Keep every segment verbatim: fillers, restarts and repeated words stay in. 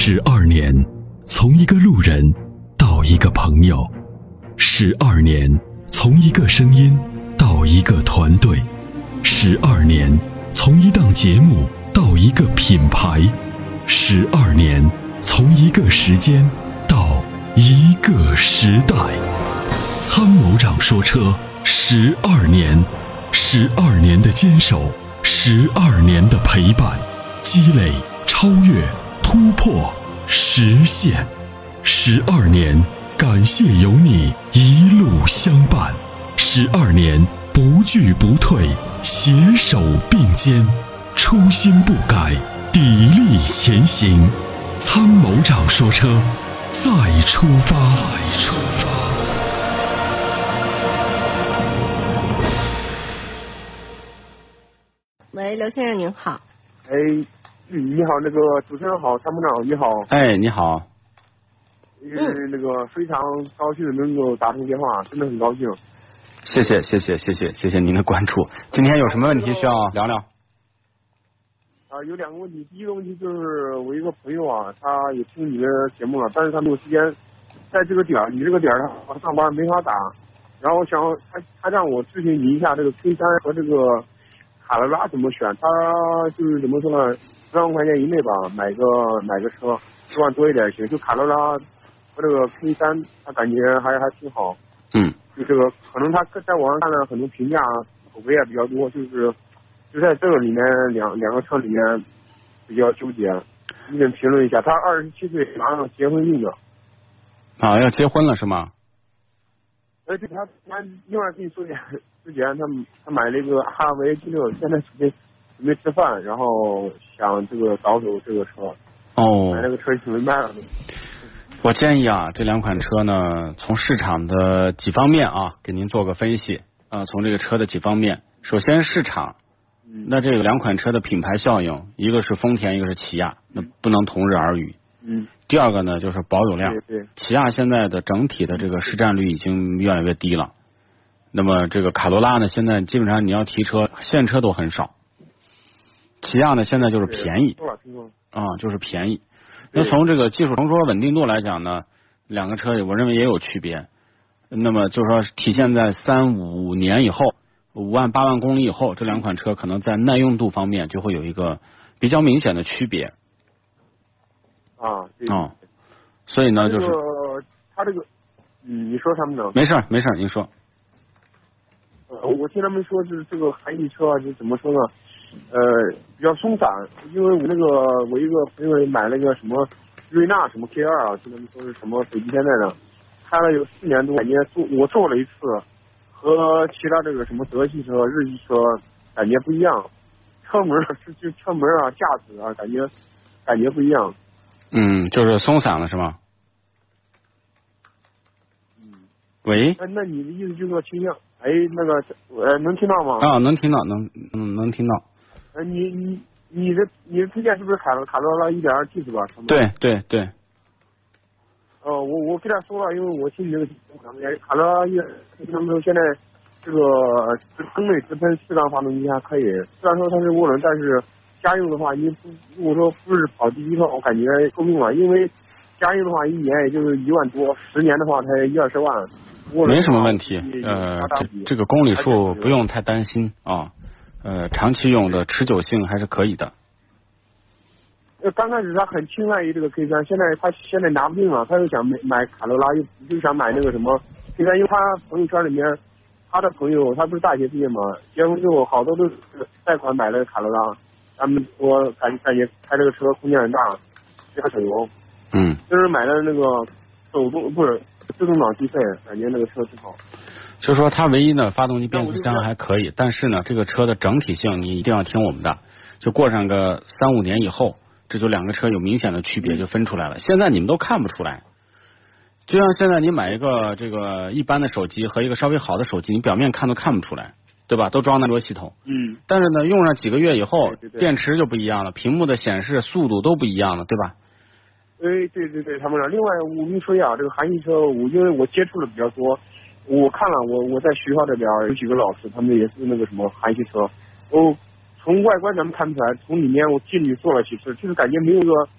十二年，从一个路人到一个朋友；十二年，从一个声音到一个团队；十二年，从一档节目到一个品牌；十二年，从一个时间到一个时代。参谋长说车十二年，十二年的坚守，十二年的陪伴，积累、超越、突破、实现。十二年，感谢有你一路相伴。十二年，不惧不退，携手并肩，初心不改，砥砺前行。参谋长说车，再出发。再出发。 喂，刘先生您好。 哎，你好，那个主持人好，参谋长你好。 哎，你好。 嗯，那个非常高兴能够打通电话，真的很高兴。 谢谢谢谢谢谢谢谢您的关注。今天有什么问题需要聊聊？ 啊，有两个问题。第一个问题就是我一个朋友啊，他也听你的节目了，但是他没有时间在这个点儿，你这个点儿他上班没法打。然后我想他他让我咨询你一下这个 K 三和这个卡罗拉怎么选，他就是怎么说呢，十万块钱以内吧，买个买个车，十万多一点行。就卡罗拉和这个 K 三，他感觉还还挺好。 嗯。 就这个，可能他在网上看了很多评价，口碑也比较多，就是就在这个里面两两个车里面比较纠结。你能评论一下？他二十七岁，马上结婚运了。 啊，要结婚了是吗？ 而且他他另外跟你说一下，之前他他买了一个哈弗 H 六，现在准备准备吃饭，然后想这个倒手这个车。 哦。 买那个车准备卖了。 我建议啊，这两款车呢，从市场的几方面啊，给您做个分析啊。从这个车的几方面，首先市场，那这个两款车的品牌效应，一个是丰田，一个是起亚，那不能同日而语。 嗯。 第二个呢，就是保有量。 对对。 起亚现在的整体的这个市占率已经越来越低了。那么这个卡罗拉呢，现在基本上你要提车，现车都很少。起亚呢，现在就是便宜。啊，就是便宜。那从这个技术成熟稳定度来讲呢，两个车我认为也有区别。那么就是说体现在三五年以后，五万八万公里以后，这两款车可能在耐用度方面就会有一个比较明显的区别。 啊，对。 哦，所以呢，就是、 这个、他这个，嗯，你说他们呢？ 没事没事，您说。 呃，我听他们说是这个韩系车啊，就怎么说呢？呃，比较松散，因为我那个我一个朋友买了个什么瑞纳什么 K 二啊，听他们说是什么北极现在的，开了有四年多，感觉坐我坐了一次，和其他这个什么德系车、日系车感觉不一样，车门是就车门啊、架子啊，感觉感觉不一样。 嗯，就是松散了是吗？ 嗯。 喂。 那那你的意思就是说倾向？哎，那个呃，能听到吗？ 啊，能听到，能能能听到。 呃，你你你的你的推荐是不是卡罗卡罗拉一点二 T 是吧？ 对对对。 呃，我我跟他说了，因为我听你这个卡罗拉一，他们说现在这个缸内直喷四缸发动机还可以，虽然说它是涡轮，但是家用的话，你不如果说不是跑第一套，我感觉够用了，因为家用的话一年也就是一万多，十年的话才一二十万。 没什么问题，呃，这这个公里数不用太担心啊，呃，长期用的持久性还是可以的。 呃，刚开始他很青睐于这个 K 三，现在他现在拿不定了，他又想买买卡罗拉，又又想买那个什么 K 三，因为他朋友圈里面他的朋友他不是大学毕业嘛，结婚之后好多都是贷款买了卡罗拉，他们说感感觉开这个车空间很大，比较省油。 嗯。 就是买了那个手动不是。自动挡低配，感觉那个车挺好。 就说它唯一呢，发动机变速箱还可以，但是呢，这个车的整体性你一定要听我们的。就过上个三五年以后，这就两个车有明显的区别，就分出来了。现在你们都看不出来。就像现在你买一个这个一般的手机和一个稍微好的手机，你表面看都看不出来，对吧？都装安卓系统。 嗯。 但是呢，用上几个月以后， 对对对电池就不一样了，屏幕的显示速度都不一样了，对吧？ 哎，对对对，他们说。另外，我跟你说一下，这个韩系车，我因为我接触的比较多，我看了，我我在学校这边有几个老师，他们也是那个什么韩系车，我从外观咱们看不出来，从里面我进去坐了几次，就是感觉没有个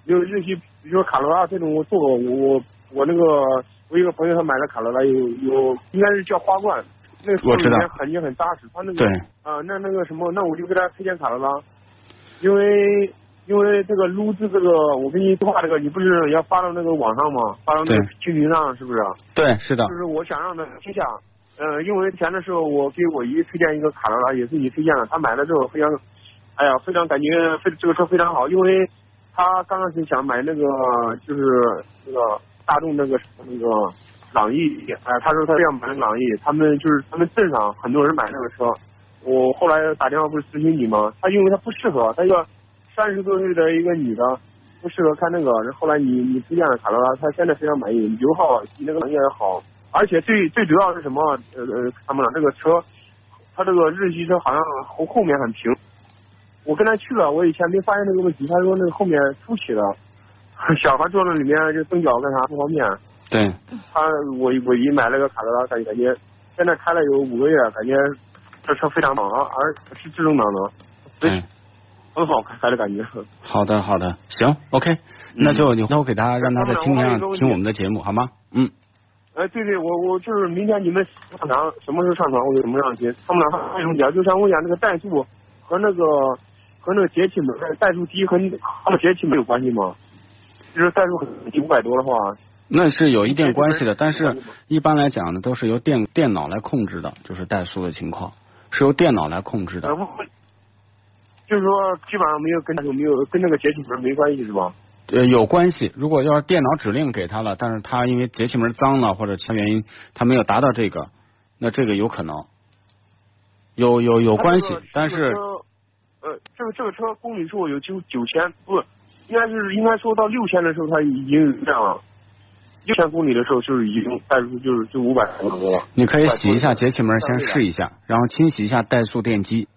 有日系，比如说卡罗拉这种我做过，我我我那个我一个朋友他买了卡罗拉有有应该是叫花冠，那个我知道感觉很扎实，他那个对啊、呃、那那个什么，那我就给他推荐卡罗拉，因为因为这个撸子这个我给你画这个，你不是要发到那个网上吗？发到那个群群上是不是？ 对，是的。 就是我想让他听下，呃，因为前的时候我给我姨推荐一个卡罗拉，也是你推荐的，他买了之后非常，哎呀，非常感觉非这个车非常好，因为他刚开始想买那个就是那个大众那个那个朗逸，哎、呃，他说他要买朗逸，他们就是他们镇上很多人买那个车，我后来打电话不是咨询你吗？他因为他不适合，他一个三十多岁的一个女的不适合开那个，后来你你推荐了卡罗拉，他现在非常满意，油耗比那个朗逸还好，而且最最主要是什么？呃呃，他们讲这个车，他这个日系车好像后后面很平。我跟他去了，我以前没发现这个问题。他说那个后面凸起的，小孩坐在里面就蹬脚干啥不方便。 对。 他我我姨买了个卡罗拉，感觉感觉现在开了有五个月，感觉这车非常棒啊，而是自动挡的， 对， 很好开的感觉。 好的好的，行 ，OK，、嗯、那就你那我给他让他在蜻蜓上听我们的节目好吗？嗯。 哎，对对，我我就是明天你们上传什么时候上传，我就什么上去。他们俩还有讲，就像我讲那个怠速和那个。和那个节气门怠速低和和节气门有关系吗？就是怠速很低五百多的话， 那是有一定关系的，但是一般来讲呢，都是由电电脑来控制的，就是怠速的情况是由电脑来控制的。 就是说基本上没有跟没有跟那个节气门没关系是吧？ 呃，有关系。如果要是电脑指令给他了，但是他因为节气门脏了或者其他原因，他没有达到这个，那这个有可能有有有关系，但是。 呃，这个这个车公里数有九九千，不，应该是应该说到六千的时候，它已经这样了。六千公里的时候，就是已经怠速就是就五百多了。 你可以洗一下节气门，先试一下，然后清洗一下怠速电机。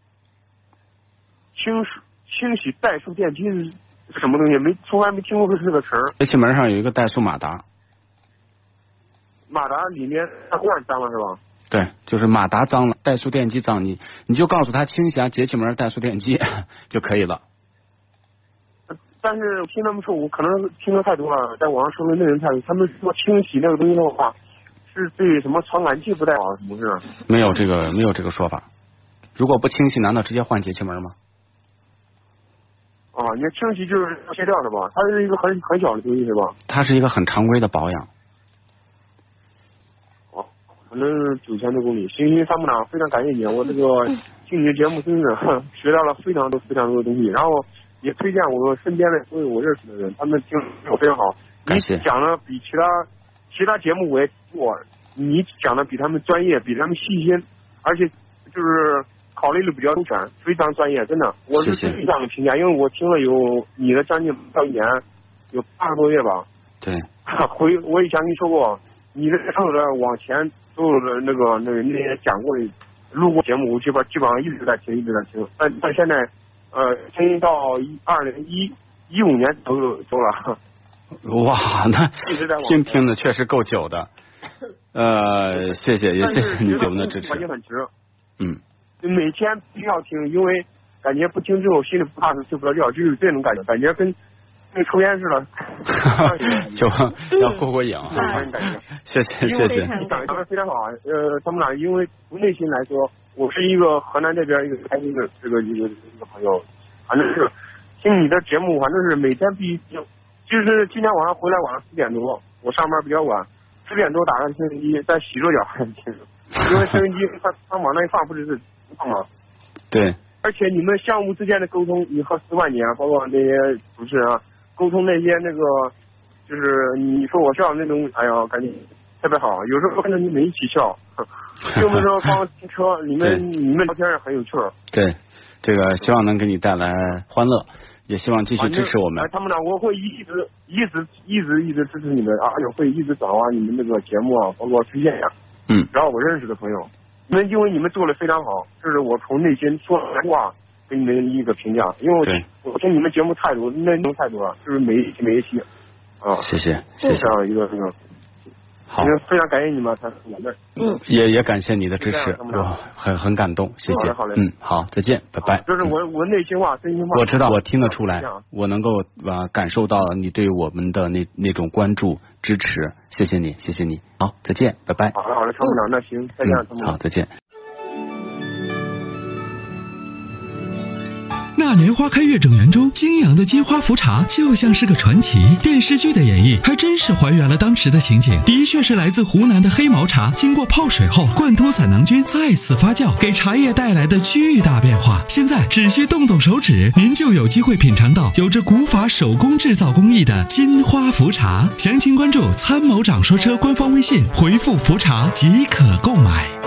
清清洗怠速电机是什么东西？没从来没听过这个词儿。 节气门上有一个怠速马达。 马达里面它罐脏了是吧？ 对，就是马达脏了，怠速电机脏，你你就告诉他清洗下节气门怠速电机就可以了。 但是听他们说，我可能听的太多了，在网上说的内容太多，他们说清洗那个东西的话，是对什么传感器不太好，什么事？ 没有这个没有这个说法。如果不清洗，难道直接换节气门吗？ 啊，你清洗就是切掉是吧？它是一个很很小的东西是吧？ 它是一个很常规的保养。 反正九千多公里，行行参谋长，非常感谢你，我这个听你的节目真是学到了非常多非常多的东西，然后也推荐我身边的所有我认识的人，他们听我非常好。 感谢。 你讲的比其他其他节目我也听过，你讲的比他们专业，比他们细心，而且就是考虑的比较周全，非常专业，真的，我是这样的评价，因为我听了有你的将近到一年，有八个多月吧。 对。 回我以前跟你说过，你的所有的往前。所有的那个那个那些讲过的录过节目，我基本基本上一直在听，一直在听。但但现在呃，听到一二零一一五年都走了。 哇，那听听的确实够久的。呃，谢谢，也谢谢你对我们的支持。 感觉很值。 嗯。 每天必须要听，因为感觉不听之后心里不踏实，睡不着觉，就是这种感觉，感觉跟。跟抽烟似的， 就要过过瘾啊！谢谢谢谢， 讲的非常好啊。呃，他们俩因为从内心来说，我是一个河南这边一个开心的这个一个一个朋友，反正是听你的节目，反正是每天必须听。就是今天晚上回来晚上十点多，我上班比较晚，十点多打开收音机，再洗着脚还听，因为收音机它它往那一放不是是放吗？ 对。 而且你们项目之间的沟通，你和十万年，包括那些主持人啊。沟通那些那个，就是你说我笑那种，哎呀，感觉特别好。有时候跟着你们一起笑，有的时候光骑车，你们你们聊天很有趣。 对，这个希望能给你带来欢乐，也希望继续支持我们。 哎，他们俩我会一直一直一直一直支持你们，而且会一直转发你们那个节目啊，包括推荐呀。 嗯。 然后我认识的朋友，你们因为你们做的非常好，这是我从内心说的话。给你们一个评价，因为我我听你们节目太多，内容太多了，就是每一期每一期啊。 谢谢，谢谢。 这样一个这个， 好， 非常感谢你们，他我们嗯， 也也感谢你的支持，我很很感动，谢谢。 好嘞， 嗯，好，再见，拜拜。 这是我我内心话，真心话。 我知道，我听得出来，我能够啊感受到你对我们的那那种关注支持，谢谢你，谢谢你。好，再见，拜拜。 好了好了，参谋长，那行，再见，参谋长。 好，再见。 那年花开月正圆中，泾阳的金花茯茶就像是个传奇。电视剧的演绎还真是还原了当时的情景，的确是来自湖南的黑毛茶，经过泡水后，灌脱散囊菌，再次发酵，给茶叶带来的巨大变化。现在只需动动手指，您就有机会品尝到有着古法手工制造工艺的金花茯茶。详情关注参谋长说车官方微信，回复茯茶即可购买。